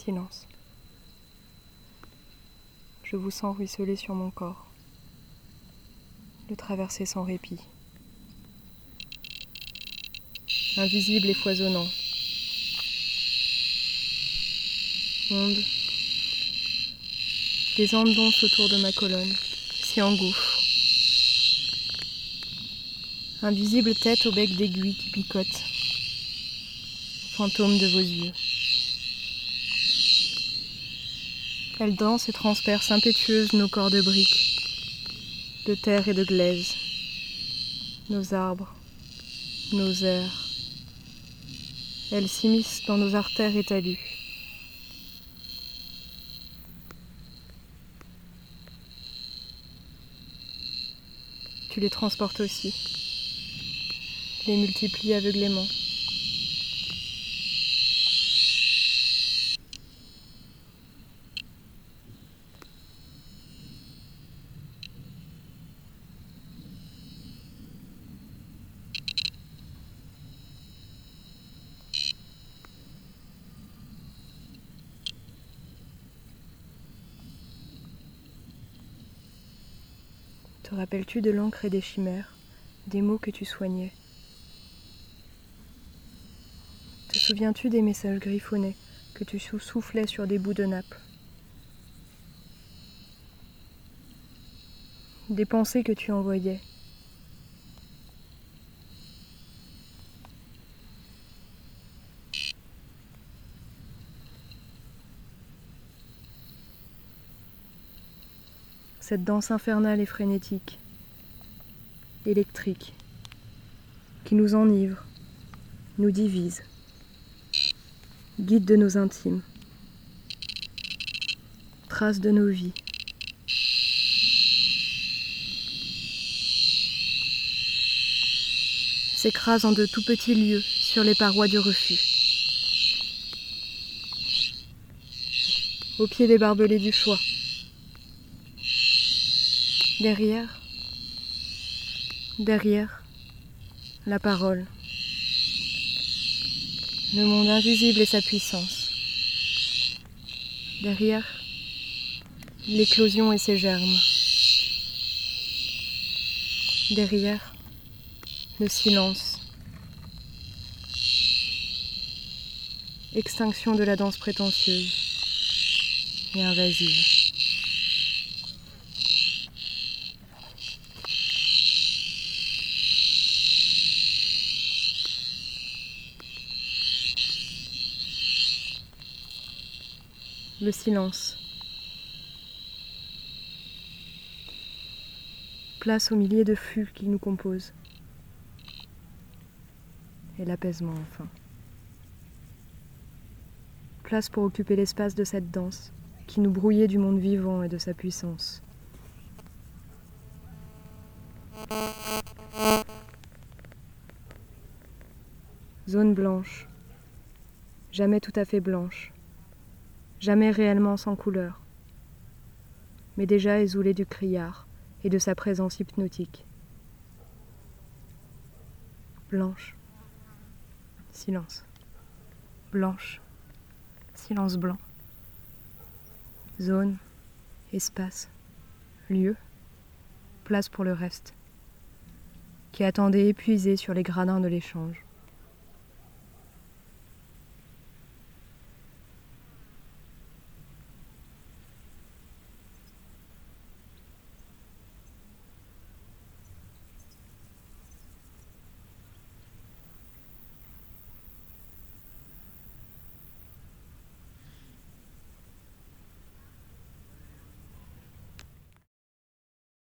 Silence. Je vous sens ruisseler sur mon corps, le traverser sans répit. Invisible et foisonnant. Ondes. Les ondes dansent autour de ma colonne, s'y engouffrent. Invisible tête au bec d'aiguille qui picote. Fantôme de vos yeux. Elle danse et transperce impétueuse nos corps de briques, de terre et de glaise, nos arbres, nos airs. Elle s'immisce dans nos artères et talus. Tu les transportes aussi, les multiplies aveuglément. Te rappelles-tu de l'encre et des chimères, des mots que tu soignais? Te souviens-tu des messages griffonnés que tu soufflais sur des bouts de nappe? Des pensées que tu envoyais? Cette danse infernale et frénétique, électrique, qui nous enivre, nous divise, guide de nos intimes, trace de nos vies. S'écrase en de tout petits lieux sur les parois du refus. Au pied des barbelés du choix. Derrière, la parole. Le monde invisible et sa puissance. Derrière, l'éclosion et ses germes. Derrière, le silence. Extinction de la danse prétentieuse et invasive. Le silence. Place aux milliers de flux qui nous composent. Et l'apaisement enfin. Place pour occuper l'espace de cette danse qui nous brouillait du monde vivant et de sa puissance. Zone blanche. Jamais tout à fait blanche. Jamais réellement sans couleur, mais déjà ésoulée du criard et de sa présence hypnotique. Blanche, silence. Blanche, silence blanc. Zone, espace, lieu, place pour le reste, qui attendait épuisé sur les gradins de l'échange.